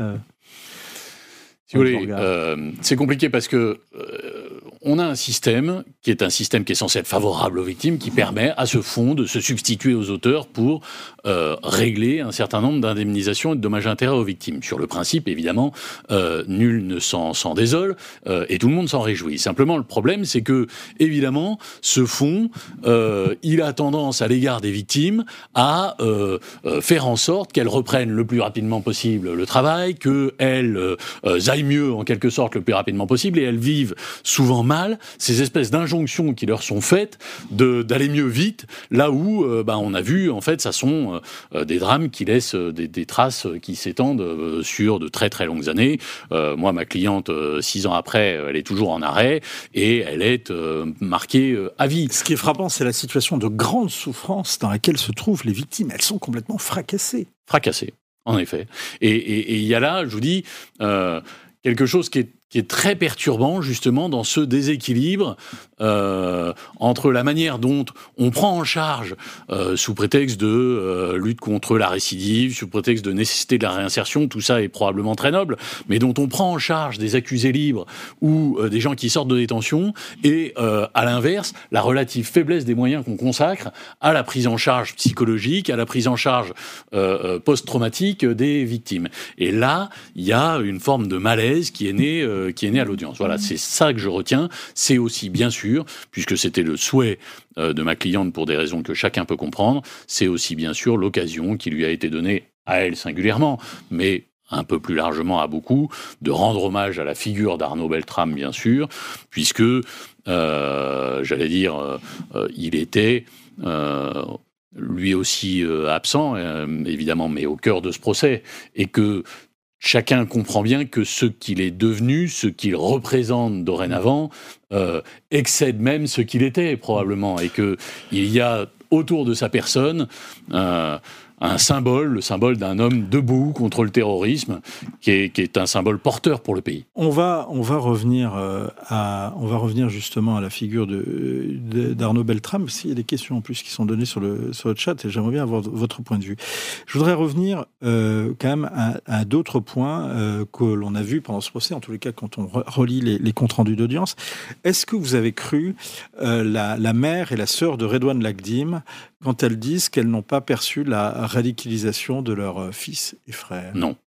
Si vous voulez, c'est compliqué parce que on a un système qui est censé être favorable aux victimes, qui permet à ce fonds de se substituer aux auteurs pour régler un certain nombre d'indemnisations et de dommages et intérêts aux victimes. Sur le principe, évidemment, nul ne s'en désole et tout le monde s'en réjouit. Simplement, le problème, c'est que, évidemment, ce fonds, il a tendance à l'égard des victimes à faire en sorte qu'elles reprennent le plus rapidement possible le travail, qu'elles aillent mieux, en quelque sorte, le plus rapidement possible, et elles vivent souvent mal ces espèces d'injonctions qui leur sont faites d'aller mieux vite, là où on a vu, en fait, ça sont des drames qui laissent des traces qui s'étendent sur de très très longues années. Moi, ma cliente, 6 ans après, elle est toujours en arrêt et elle est marquée à vie. Ce qui est frappant, c'est la situation de grande souffrance dans laquelle se trouvent les victimes. Elles sont complètement fracassées. Fracassées, en effet. Et il y a là, je vous dis, quelque chose qui qui est très perturbant justement dans ce déséquilibre entre la manière dont on prend en charge, sous prétexte de lutte contre la récidive, sous prétexte de nécessité de la réinsertion, tout ça est probablement très noble, mais dont on prend en charge des accusés libres ou des gens qui sortent de détention, et à l'inverse, la relative faiblesse des moyens qu'on consacre à la prise en charge psychologique, à la prise en charge post-traumatique des victimes. Et là, il y a une forme de malaise qui est née à l'audience. Voilà, c'est ça que je retiens. C'est aussi, bien sûr, puisque c'était le souhait de ma cliente pour des raisons que chacun peut comprendre, c'est aussi, bien sûr, l'occasion qui lui a été donnée à elle singulièrement, mais un peu plus largement à beaucoup, de rendre hommage à la figure d'Arnaud Beltrame, bien sûr, puisque, j'allais dire, il était lui aussi absent, évidemment, mais au cœur de ce procès, et que chacun comprend bien que ce qu'il est devenu, ce qu'il représente dorénavant, excède même ce qu'il était, probablement, et qu'il y a autour de sa personne un symbole, le symbole d'un homme debout contre le terrorisme, qui est un symbole porteur pour le pays. On va revenir justement à la figure d'Arnaud Beltrame. S'il y a des questions en plus qui sont données sur le chat, et j'aimerais bien avoir votre point de vue. Je voudrais revenir quand même à d'autres points que l'on a vus pendant ce procès, en tous les cas quand on relit les comptes rendus d'audience. Est-ce que vous avez cru la mère et la sœur de Redouane Lagdim quand elles disent qu'elles n'ont pas perçu la radicalisation de leur fils et frère?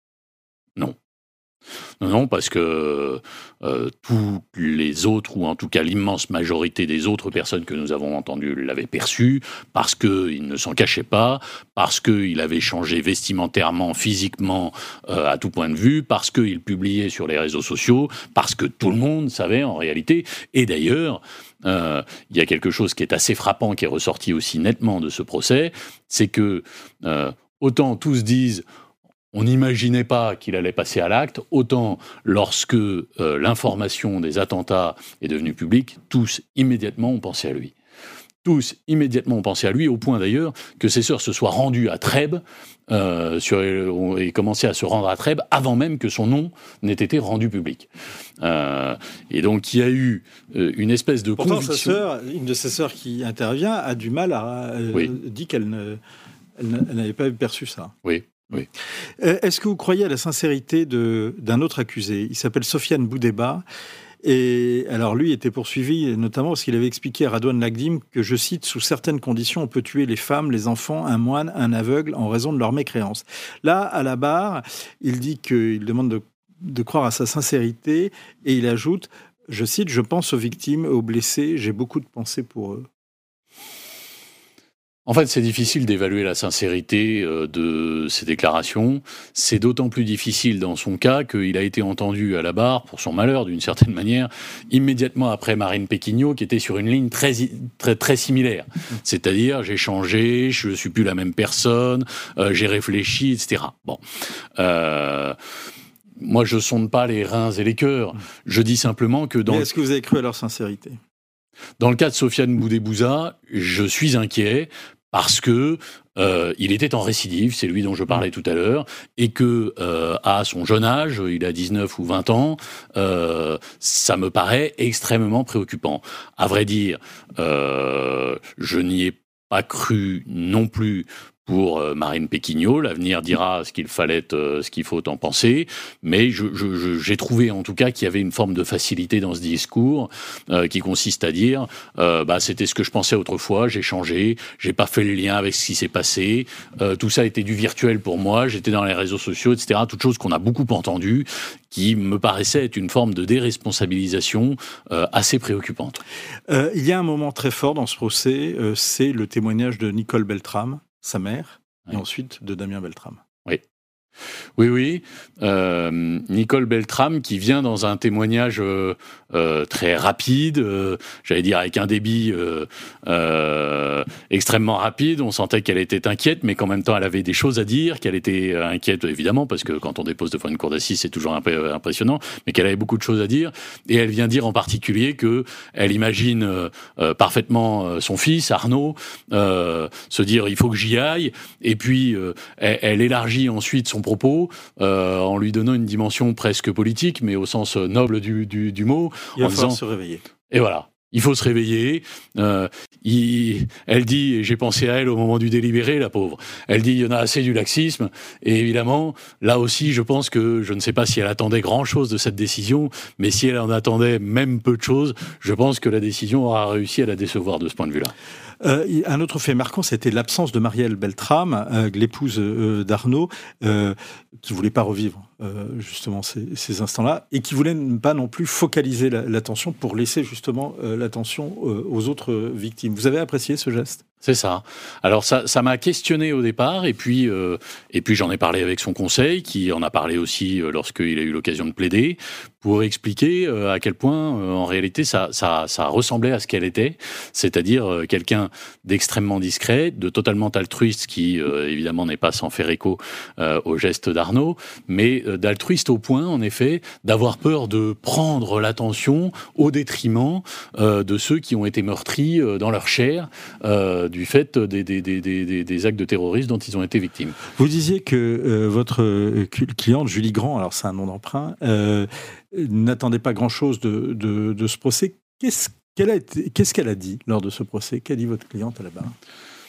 Non, parce que tous les autres, ou en tout cas l'immense majorité des autres personnes que nous avons entendues l'avaient perçu, parce qu'il ne s'en cachait pas, parce qu'il avait changé vestimentairement, physiquement, à tout point de vue, parce qu'il publiait sur les réseaux sociaux, parce que tout le monde savait en réalité. Et d'ailleurs, il y a quelque chose qui est assez frappant, qui est ressorti aussi nettement de ce procès, c'est que autant tous disent on n'imaginait pas qu'il allait passer à l'acte, autant lorsque l'information des attentats est devenue publique, tous immédiatement ont pensé à lui. Tous immédiatement ont pensé à lui, au point d'ailleurs que ses sœurs se soient rendues à Trèbes et commencé à se rendre à Trèbes avant même que son nom n'ait été rendu public. Et donc il y a eu une espèce de conviction. Pourtant, une de ses sœurs qui intervient a du mal à dit qu'elle n'avait pas perçu ça. Oui. Est-ce que vous croyez à la sincérité d'un autre accusé? Il s'appelle Sofiane Boudeba. Et alors lui était poursuivi notamment parce qu'il avait expliqué à Redouane Lagdim que, je cite, « Sous certaines conditions, on peut tuer les femmes, les enfants, un moine, un aveugle en raison de leur mécréance ». Là, à la barre, il dit qu'il demande de croire à sa sincérité et il ajoute, je cite, « Je pense aux victimes, aux blessés, j'ai beaucoup de pensées pour eux ». En fait, c'est difficile d'évaluer la sincérité de ces déclarations. C'est d'autant plus difficile dans son cas qu'il a été entendu à la barre, pour son malheur d'une certaine manière, immédiatement après Marine Péquignot, qui était sur une ligne très, très, très similaire. C'est-à-dire, j'ai changé, je ne suis plus la même personne, j'ai réfléchi, etc. Bon. Moi, je ne sonde pas les reins et les cœurs. Je dis simplement que dans... Mais est-ce que vous avez cru à leur sincérité? Dans le cas de Sofiane Boudebouza, je suis inquiet parce que il était en récidive, c'est lui dont je parlais tout à l'heure, et que à son jeune âge, il a 19 ou 20 ans, ça me paraît extrêmement préoccupant. À vrai dire, je n'y ai pas cru non plus pour Marine Péquignot. L'avenir dira ce qu'il faut en penser, mais j'ai trouvé en tout cas qu'il y avait une forme de facilité dans ce discours qui consiste à dire c'était ce que je pensais autrefois, j'ai changé, j'ai pas fait le lien avec ce qui s'est passé, tout ça était du virtuel pour moi, j'étais dans les réseaux sociaux, etc. Toutes choses qu'on a beaucoup entendues, qui me paraissait être une forme de déresponsabilisation assez préoccupante. Il y a un moment très fort dans ce procès, c'est le témoignage de Nicole Beltrame, sa mère, et ensuite de Damien Beltrame. Oui. Nicole Beltrame qui vient dans un témoignage très rapide, j'allais dire avec un débit extrêmement rapide. On sentait qu'elle était inquiète, mais qu'en même temps elle avait des choses à dire, qu'elle était inquiète évidemment, parce que quand on dépose devant une cour d'assises, c'est toujours un peu impressionnant, mais qu'elle avait beaucoup de choses à dire. Et elle vient dire en particulier qu'elle imagine parfaitement son fils, Arnaud, se dire il faut que j'y aille, et puis elle élargit ensuite son son propos en lui donnant une dimension presque politique, mais au sens noble du mot. Il va falloir se réveiller. Et voilà. Il faut se réveiller. Elle dit, et j'ai pensé à elle au moment du délibéré, la pauvre. Elle dit, il y en a assez du laxisme. Et évidemment, là aussi, je pense que je ne sais pas si elle attendait grand-chose de cette décision, mais si elle en attendait même peu de choses, je pense que la décision aura réussi à la décevoir de ce point de vue-là. Un autre fait marquant, c'était l'absence de Marielle Beltrame, l'épouse d'Arnaud, qui voulait pas revivre justement ces instants-là, et qui voulait pas non plus focaliser l'attention pour laisser justement l'attention aux autres victimes. Vous avez apprécié ce geste ? C'est ça. Alors ça m'a questionné au départ, et puis j'en ai parlé avec son conseil, qui en a parlé aussi lorsqu'il a eu l'occasion de plaider, pour expliquer à quel point en réalité ça ressemblait à ce qu'elle était, c'est-à-dire quelqu'un d'extrêmement discret, de totalement altruiste, qui évidemment n'est pas sans faire écho au geste d'Arnaud, mais d'altruiste au point en effet d'avoir peur de prendre l'attention au détriment de ceux qui ont été meurtris dans leur chair du fait des actes de terrorisme dont ils ont été victimes. Vous disiez que votre cliente, Julie Grand, alors c'est un nom d'emprunt, n'attendait pas grand-chose de ce procès. Qu'est-ce qu'elle a dit lors de ce procès ? Qu'a dit votre cliente à la barre ?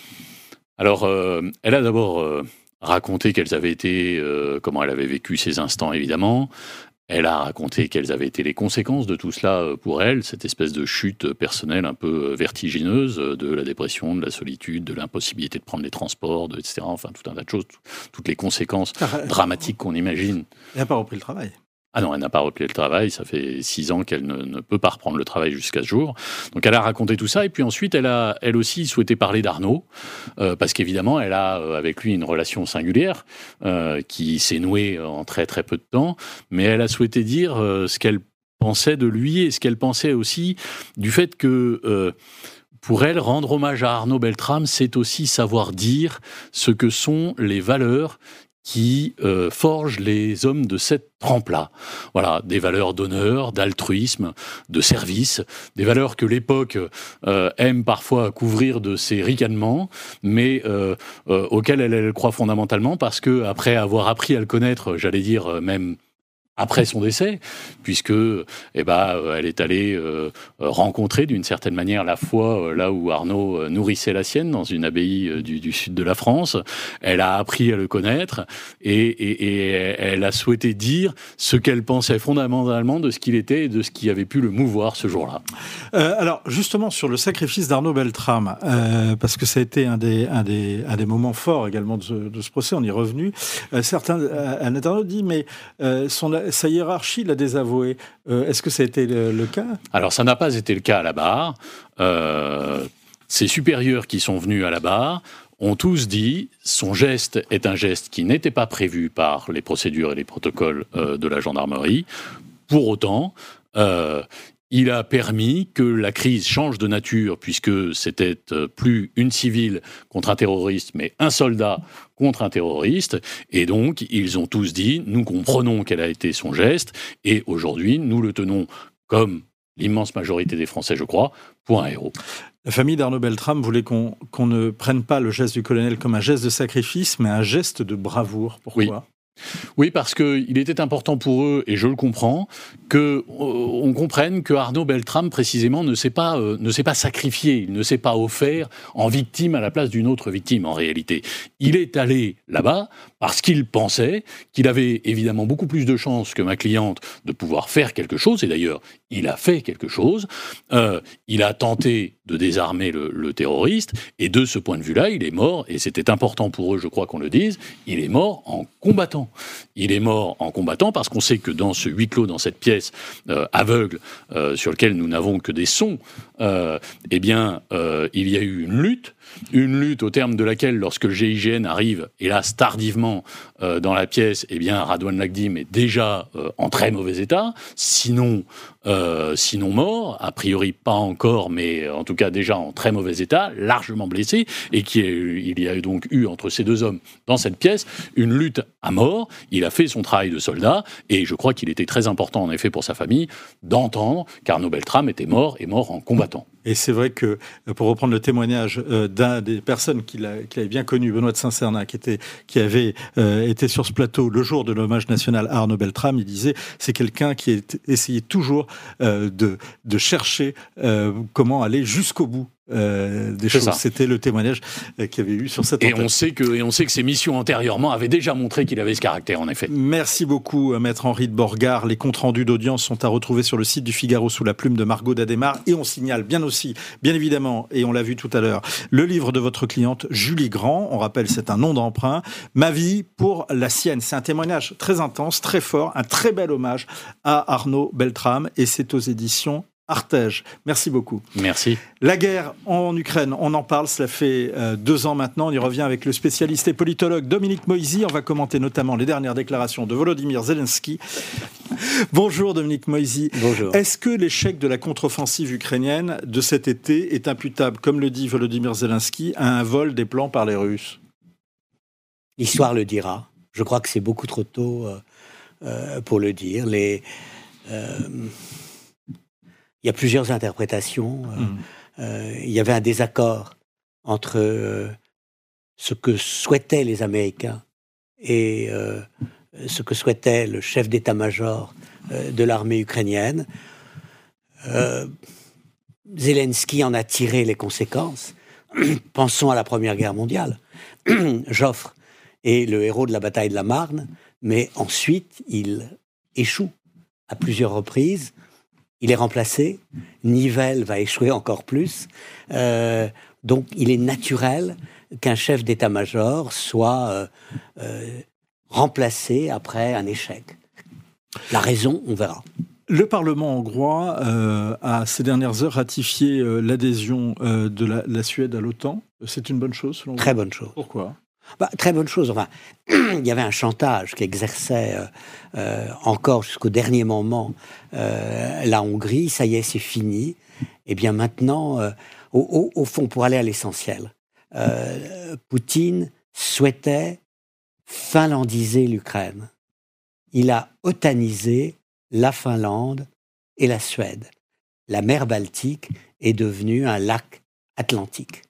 Alors, elle a d'abord raconté quels avaient été, comment elle avait vécu ces instants, évidemment. Elle a raconté quelles avaient été les conséquences de tout cela pour elle, cette espèce de chute personnelle un peu vertigineuse, de la dépression, de la solitude, de l'impossibilité de prendre les transports, etc. Enfin, tout un tas de choses, toutes les conséquences dramatiques qu'on imagine. Elle n'a pas repris le travail. Ah non, elle n'a pas repris le travail, ça fait 6 ans qu'elle ne peut pas reprendre le travail jusqu'à ce jour. Donc elle a raconté tout ça, et puis ensuite elle a elle aussi souhaité parler d'Arnaud, parce qu'évidemment elle a avec lui une relation singulière qui s'est nouée en très très peu de temps, mais elle a souhaité dire ce qu'elle pensait de lui, et ce qu'elle pensait aussi du fait que pour elle, rendre hommage à Arnaud Beltrame, c'est aussi savoir dire ce que sont les valeurs qui forgent les hommes de cette trempe-là. Voilà, des valeurs d'honneur, d'altruisme, de service, des valeurs que l'époque aime parfois couvrir de ses ricanements, mais auxquelles elle croit fondamentalement, parce que après avoir appris à le connaître, j'allais dire même après son décès, puisque elle est allée rencontrer d'une certaine manière la foi là où Arnaud nourrissait la sienne, dans une abbaye du sud de la France. Elle a appris à le connaître et elle a souhaité dire ce qu'elle pensait fondamentalement de ce qu'il était et de ce qui avait pu le mouvoir ce jour-là. Alors justement sur le sacrifice d'Arnaud Beltrame, parce que ça a été un des moments forts également de ce procès, on y est revenu. Un internaute dit mais sa hiérarchie l'a désavoué. Est-ce que ça a été le cas ? Alors, ça n'a pas été le cas à la barre. Ses supérieurs qui sont venus à la barre ont tous dit son geste est un geste qui n'était pas prévu par les procédures et les protocoles de la gendarmerie. Pour autant, il a permis que la crise change de nature, puisque c'était plus une civile contre un terroriste, mais un soldat contre un terroriste. Et donc, ils ont tous dit, nous comprenons quel a été son geste, et aujourd'hui, nous le tenons comme l'immense majorité des Français, je crois, pour un héros. La famille d'Arnaud Beltrame voulait qu'on ne prenne pas le geste du colonel comme un geste de sacrifice, mais un geste de bravoure. Pourquoi ? Oui, parce qu'il était important pour eux, et je le comprends, qu'on comprenne que Arnaud Beltrame, précisément, ne s'est pas sacrifié, il ne s'est pas offert en victime à la place d'une autre victime, en réalité. Il est allé là-bas parce qu'il pensait qu'il avait évidemment beaucoup plus de chances que ma cliente de pouvoir faire quelque chose, et d'ailleurs, il a fait quelque chose. Il a tenté de désarmer le terroriste, et de ce point de vue-là, il est mort, et c'était important pour eux, je crois qu'on le dise, il est mort en combattant. Il est mort en combattant parce qu'on sait que dans ce huis clos, dans cette pièce aveugle sur laquelle nous n'avons que des sons, il y a eu une lutte au terme de laquelle, lorsque le GIGN arrive, hélas tardivement, dans la pièce, Radouane Lagdim est déjà en très mauvais état, sinon mort, a priori pas encore, mais en tout cas déjà en très mauvais état, largement blessé, et il y a donc eu entre ces deux hommes dans cette pièce une lutte à mort. Il a fait son travail de soldat, et je crois qu'il était très important en effet pour sa famille d'entendre qu'Arnaud Beltrame était mort, et mort en combattant. Et c'est vrai que, pour reprendre le témoignage d'un des personnes qu'il avait bien connu, Benoît de Saint-Cernin, qui avait été sur ce plateau le jour de l'hommage national à Arnaud Beltrame, il disait c'est quelqu'un qui essayait toujours de chercher comment aller jusqu'au bout des choses. Ça. C'était le témoignage qu'il y avait eu sur cette Et antenne. on sait que ses missions antérieurement avaient déjà montré qu'il avait ce caractère, en effet. Merci beaucoup, Maître Henri de Borgard. Les comptes rendus d'audience sont à retrouver sur le site du Figaro sous la plume de Margot Dadémar. Et on signale bien évidemment, et on l'a vu tout à l'heure, le livre de votre cliente Julie Grand. On rappelle, c'est un nom d'emprunt. Ma vie pour la sienne. C'est un témoignage très intense, très fort, un très bel hommage à Arnaud Beltrame. Et c'est aux éditions Artege. Merci beaucoup. Merci. La guerre en Ukraine, on en parle, cela fait 2 ans maintenant. On y revient avec le spécialiste et politologue Dominique Moisy. On va commenter notamment les dernières déclarations de Volodymyr Zelensky. Bonjour Dominique Moisy. Bonjour. Est-ce que l'échec de la contre-offensive ukrainienne de cet été est imputable, comme le dit Volodymyr Zelensky, à un vol des plans par les Russes ? L'histoire le dira. Je crois que c'est beaucoup trop tôt pour le dire. Il y a plusieurs interprétations. Il y avait un désaccord entre ce que souhaitaient les Américains et ce que souhaitait le chef d'état-major de l'armée ukrainienne. Zelensky en a tiré les conséquences. Pensons à la Première Guerre mondiale. Joffre est le héros de la bataille de la Marne, mais ensuite il échoue à plusieurs reprises. Il est remplacé. Nivelle va échouer encore plus. Donc, il est naturel qu'un chef d'état-major soit remplacé après un échec. La raison, on verra. Le Parlement hongrois a, ces dernières heures, ratifié l'adhésion de la Suède à l'OTAN. C'est une bonne chose, selon vous ? Très bonne chose. Pourquoi ? Très bonne chose. Enfin, il y avait un chantage qui exerçait encore jusqu'au dernier moment la Hongrie. Ça y est, c'est fini. Et bien maintenant, au fond, pour aller à l'essentiel, Poutine souhaitait finlandiser l'Ukraine. Il a otanisé la Finlande et la Suède. La mer Baltique est devenue un lac atlantique.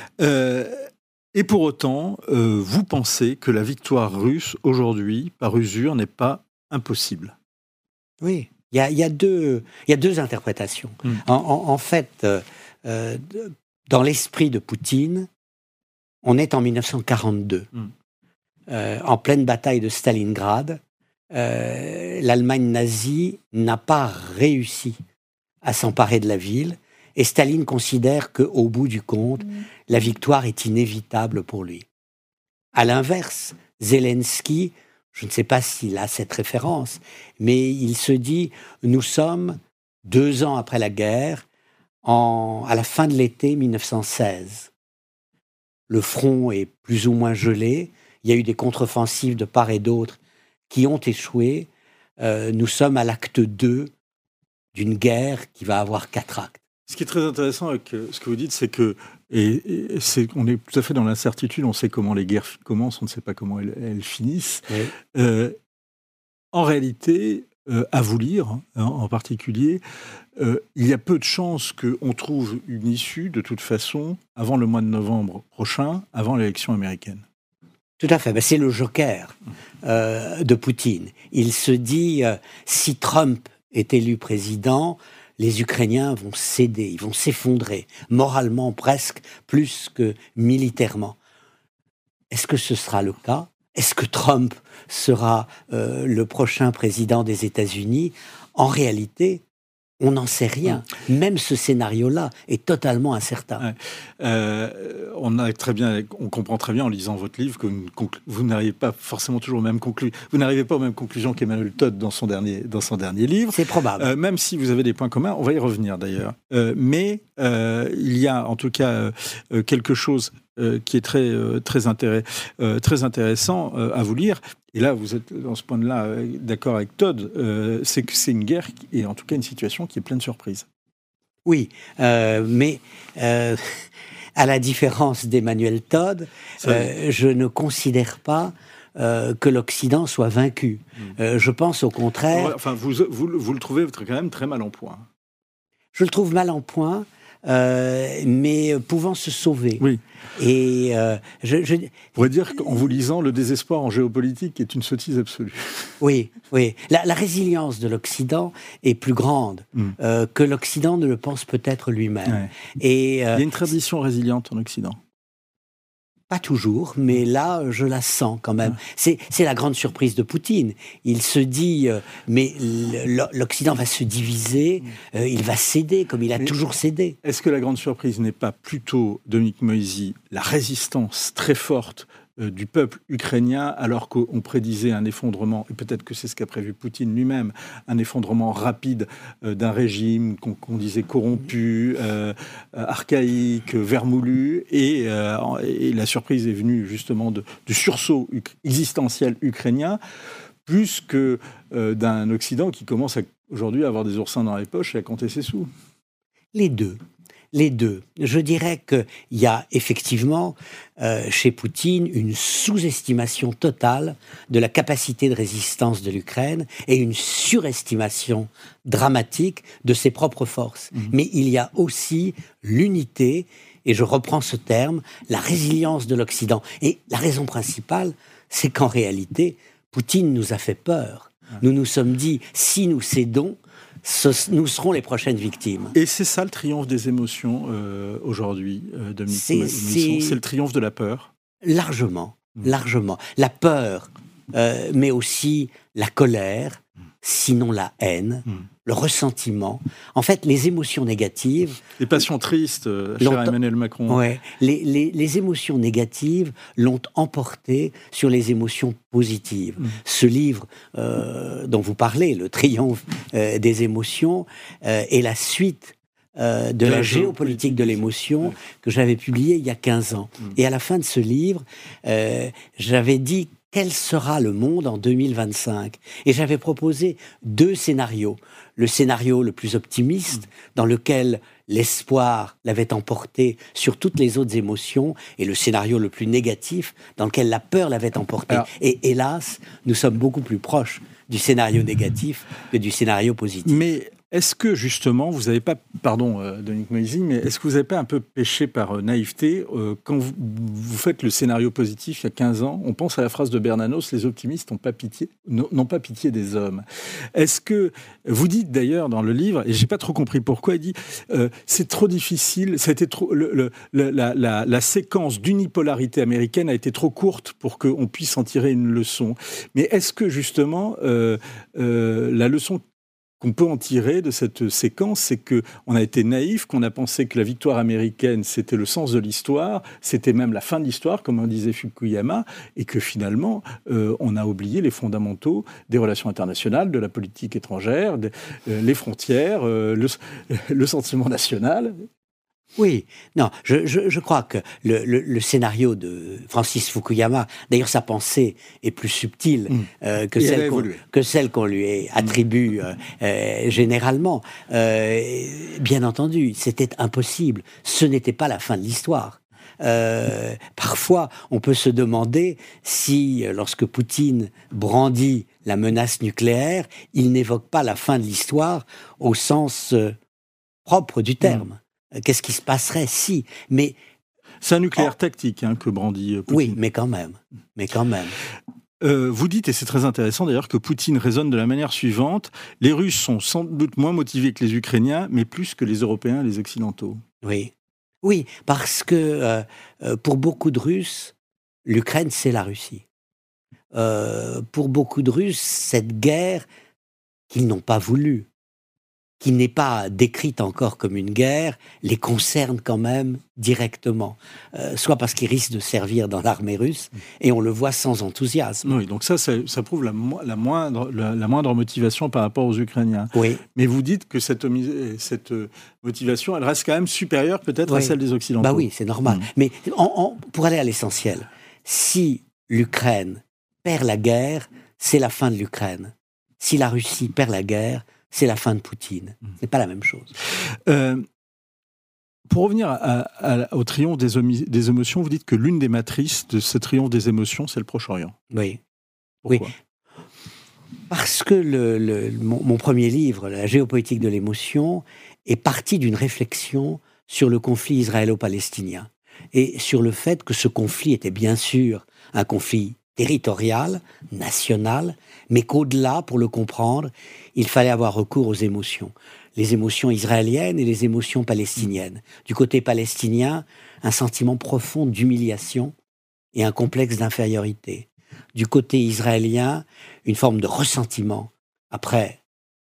Et pour autant, vous pensez que la victoire russe, aujourd'hui, par usure, n'est pas impossible ? Oui, il y a deux interprétations. En fait, dans l'esprit de Poutine, on est en 1942, en pleine bataille de Stalingrad. L'Allemagne nazie n'a pas réussi à s'emparer de la ville. Et Staline considère qu'au bout du compte, la victoire est inévitable pour lui. À l'inverse, Zelensky, je ne sais pas s'il a cette référence, mais il se dit, nous sommes 2 ans après la guerre, à la fin de l'été 1916. Le front est plus ou moins gelé, il y a eu des contre-offensives de part et d'autre qui ont échoué. Nous sommes à l'acte 2 d'une guerre qui va avoir 4 actes. Ce qui est très intéressant avec ce que vous dites, c'est que on est tout à fait dans l'incertitude. On sait comment les guerres commencent, on ne sait pas comment elles finissent. Oui. En réalité, à vous lire, en particulier, il y a peu de chances qu'on trouve une issue, de toute façon, avant le mois de novembre prochain, avant l'élection américaine. Tout à fait. C'est le joker de Poutine. Il se dit, si Trump est élu président, les Ukrainiens vont céder, ils vont s'effondrer, moralement presque, plus que militairement. Est-ce que ce sera le cas ? Est-ce que Trump sera le prochain président des États-Unis ? En réalité, on n'en sait rien. Même ce scénario-là est totalement incertain. On comprend très bien en lisant votre livre que vous n'arrivez pas forcément toujours aux mêmes conclusions. Vous n'arrivez pas aux mêmes conclusions qu'Emmanuel Todd dans son dernier livre. C'est probable. Même si vous avez des points communs, on va y revenir d'ailleurs. Mais il y a en tout cas quelque chose qui est très intéressant à vous lire. Et là, vous êtes dans ce point de là d'accord avec Todd, c'est que c'est une guerre et en tout cas une situation qui est pleine de surprises. Oui, mais à la différence d'Emmanuel Todd, je ne considère pas que l'Occident soit vaincu. Je pense au contraire... Enfin, vous le trouvez quand même très mal en point. Je le trouve mal en point mais pouvant se sauver. Oui. Et je pourrais dire qu'en vous lisant, le désespoir en géopolitique est une sottise absolue. Oui. La résilience de l'Occident est plus grande que l'Occident ne le pense peut-être lui-même. Ouais. Et, il y a une tradition résiliente en Occident. Pas toujours, mais là, je la sens quand même. C'est la grande surprise de Poutine. Il se dit, mais l'Occident va se diviser, il va céder, comme il a toujours cédé. Est-ce que la grande surprise n'est pas plutôt, Dominique Moisy, la résistance très forte du peuple ukrainien, alors qu'on prédisait un effondrement, et peut-être que c'est ce qu'a prévu Poutine lui-même, un effondrement rapide d'un régime qu'on disait corrompu, archaïque, vermoulu, et la surprise est venue justement du sursaut existentiel ukrainien, plus que d'un Occident qui commence aujourd'hui à avoir des oursins dans les poches et à compter ses sous. Les deux. Je dirais qu'il y a effectivement chez Poutine une sous-estimation totale de la capacité de résistance de l'Ukraine et une surestimation dramatique de ses propres forces. Mais il y a aussi l'unité, et je reprends ce terme, la résilience de l'Occident. Et la raison principale, c'est qu'en réalité, Poutine nous a fait peur. Nous nous sommes dit, si nous cédons, nous serons les prochaines victimes. Et c'est ça le triomphe des émotions aujourd'hui, Dominique Moisson. C'est le triomphe de la peur. Largement. La peur, mais aussi la colère, sinon la haine, le ressentiment. En fait, les émotions négatives... Les passions tristes, cher Emmanuel Macron. Ouais, les émotions négatives l'ont emporté sur les émotions positives. Ce livre dont vous parlez, Le triomphe des émotions, est la suite de la géopolitique de l'émotion que j'avais publié il y a 15 ans. Et à la fin de ce livre, j'avais dit quel sera le monde en 2025 ? Et j'avais proposé 2 scénarios. Le scénario le plus optimiste, dans lequel l'espoir l'avait emporté sur toutes les autres émotions, et le scénario le plus négatif, dans lequel la peur l'avait emporté. Et hélas, nous sommes beaucoup plus proches du scénario négatif que du scénario positif. Mais est-ce que, justement, vous n'avez pas, pardon, Dominique Moisy, mais est-ce que vous n'avez pas un peu péché par naïveté quand vous faites le scénario positif il y a 15 ans? On pense à la phrase de Bernanos, les optimistes n'ont pas pitié des hommes. Est-ce que, vous dites d'ailleurs dans le livre, et je n'ai pas trop compris pourquoi, il dit, c'est trop difficile, la séquence d'unipolarité américaine a été trop courte pour qu'on puisse en tirer une leçon. Mais est-ce que, justement, la leçon qu'on peut en tirer de cette séquence, c'est qu'on a été naïf, qu'on a pensé que la victoire américaine, c'était le sens de l'histoire, c'était même la fin de l'histoire, comme on disait Fukuyama, et que finalement, on a oublié les fondamentaux des relations internationales, de la politique étrangère, les frontières, le sentiment national. Oui, non, je crois que le scénario de Francis Fukuyama, d'ailleurs sa pensée est plus subtile que celle qu'on lui attribue généralement. Bien entendu, c'était impossible. Ce n'était pas la fin de l'histoire. Parfois, on peut se demander si, lorsque Poutine brandit la menace nucléaire, il n'évoque pas la fin de l'histoire au sens propre du terme. Qu'est-ce qui se passerait si... Mais c'est un nucléaire tactique que brandit Poutine. Oui, mais quand même. Vous dites, et c'est très intéressant d'ailleurs, que Poutine raisonne de la manière suivante: les Russes sont sans doute moins motivés que les Ukrainiens, mais plus que les Européens et les Occidentaux. Oui, parce que pour beaucoup de Russes, l'Ukraine, c'est la Russie. Pour beaucoup de Russes, cette guerre qu'ils n'ont pas voulu, qui n'est pas décrite encore comme une guerre, les concerne quand même directement. Soit parce qu'ils risquent de servir dans l'armée russe, et on le voit sans enthousiasme. Oui, donc ça prouve la moindre motivation par rapport aux Ukrainiens. Oui. Mais vous dites que cette motivation, elle reste quand même supérieure peut-être à celle des Occidentaux. Bah oui, c'est normal. Mais pour aller à l'essentiel, si l'Ukraine perd la guerre, c'est la fin de l'Ukraine. Si la Russie perd la guerre, c'est la fin de Poutine. C'est pas la même chose. Pour revenir au triomphe des émotions, vous dites que l'une des matrices de ce triomphe des émotions, c'est le Proche-Orient. Oui. Pourquoi ? Parce que mon premier livre, La géopolitique de l'émotion, est parti d'une réflexion sur le conflit israélo-palestinien et sur le fait que ce conflit était bien sûr un conflit territorial, national, mais qu'au-delà, pour le comprendre, il fallait avoir recours aux émotions. Les émotions israéliennes et les émotions palestiniennes. Du côté palestinien, un sentiment profond d'humiliation et un complexe d'infériorité. Du côté israélien, une forme de ressentiment après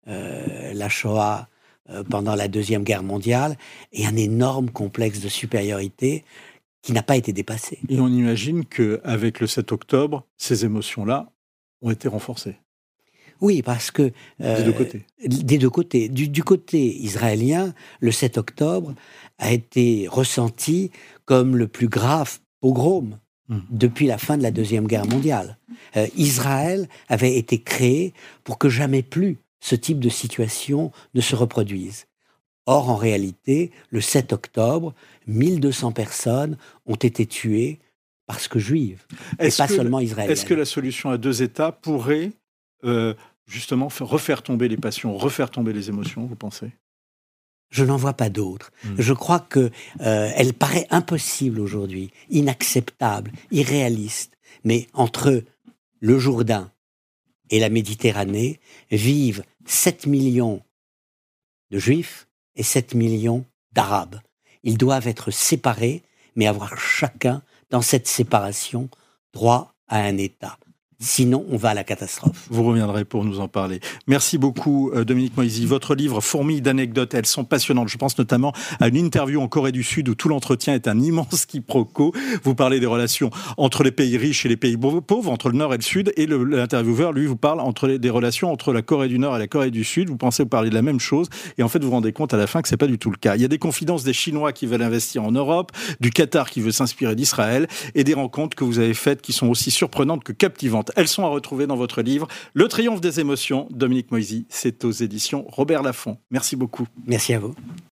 la Shoah, pendant la Deuxième Guerre mondiale, et un énorme complexe de supériorité qui n'a pas été dépassé. Et on imagine qu'avec le 7 octobre, ces émotions-là ont été renforcées. Oui, parce que... des deux côtés. Des deux côtés. Du côté israélien, le 7 octobre a été ressenti comme le plus grave pogrom depuis la fin de la Deuxième Guerre mondiale. Israël avait été créé pour que jamais plus ce type de situation ne se reproduise. Or, en réalité, le 7 octobre, 1200 personnes ont été tuées parce que juives, et pas seulement israéliennes. Est-ce que la solution à deux États pourrait justement refaire tomber les passions, refaire tomber les émotions, vous pensez ? Je n'en vois pas d'autre. Je crois que elle paraît impossible aujourd'hui, inacceptable, irréaliste. Mais entre le Jourdain et la Méditerranée vivent 7 millions de Juifs et 7 millions d'Arabes. Ils doivent être séparés, mais avoir chacun, dans cette séparation, droit à un État. Sinon, on va à la catastrophe. Vous reviendrez pour nous en parler. Merci beaucoup, Dominique Moïsi. Votre livre, Fourmille d'anecdotes, elles sont passionnantes. Je pense notamment à une interview en Corée du Sud où tout l'entretien est un immense quiproquo. Vous parlez des relations entre les pays riches et les pays pauvres, entre le Nord et le Sud. Et l'intervieweur, lui, vous parle des relations entre la Corée du Nord et la Corée du Sud. Vous pensez vous parler de la même chose. Et en fait, vous vous rendez compte à la fin que c'est pas du tout le cas. Il y a des confidences des Chinois qui veulent investir en Europe, du Qatar qui veut s'inspirer d'Israël et des rencontres que vous avez faites qui sont aussi surprenantes que captivantes. Elles sont à retrouver dans votre livre Le triomphe des émotions, Dominique Moïsi. C'est aux éditions Robert Laffont. Merci beaucoup. Merci à vous.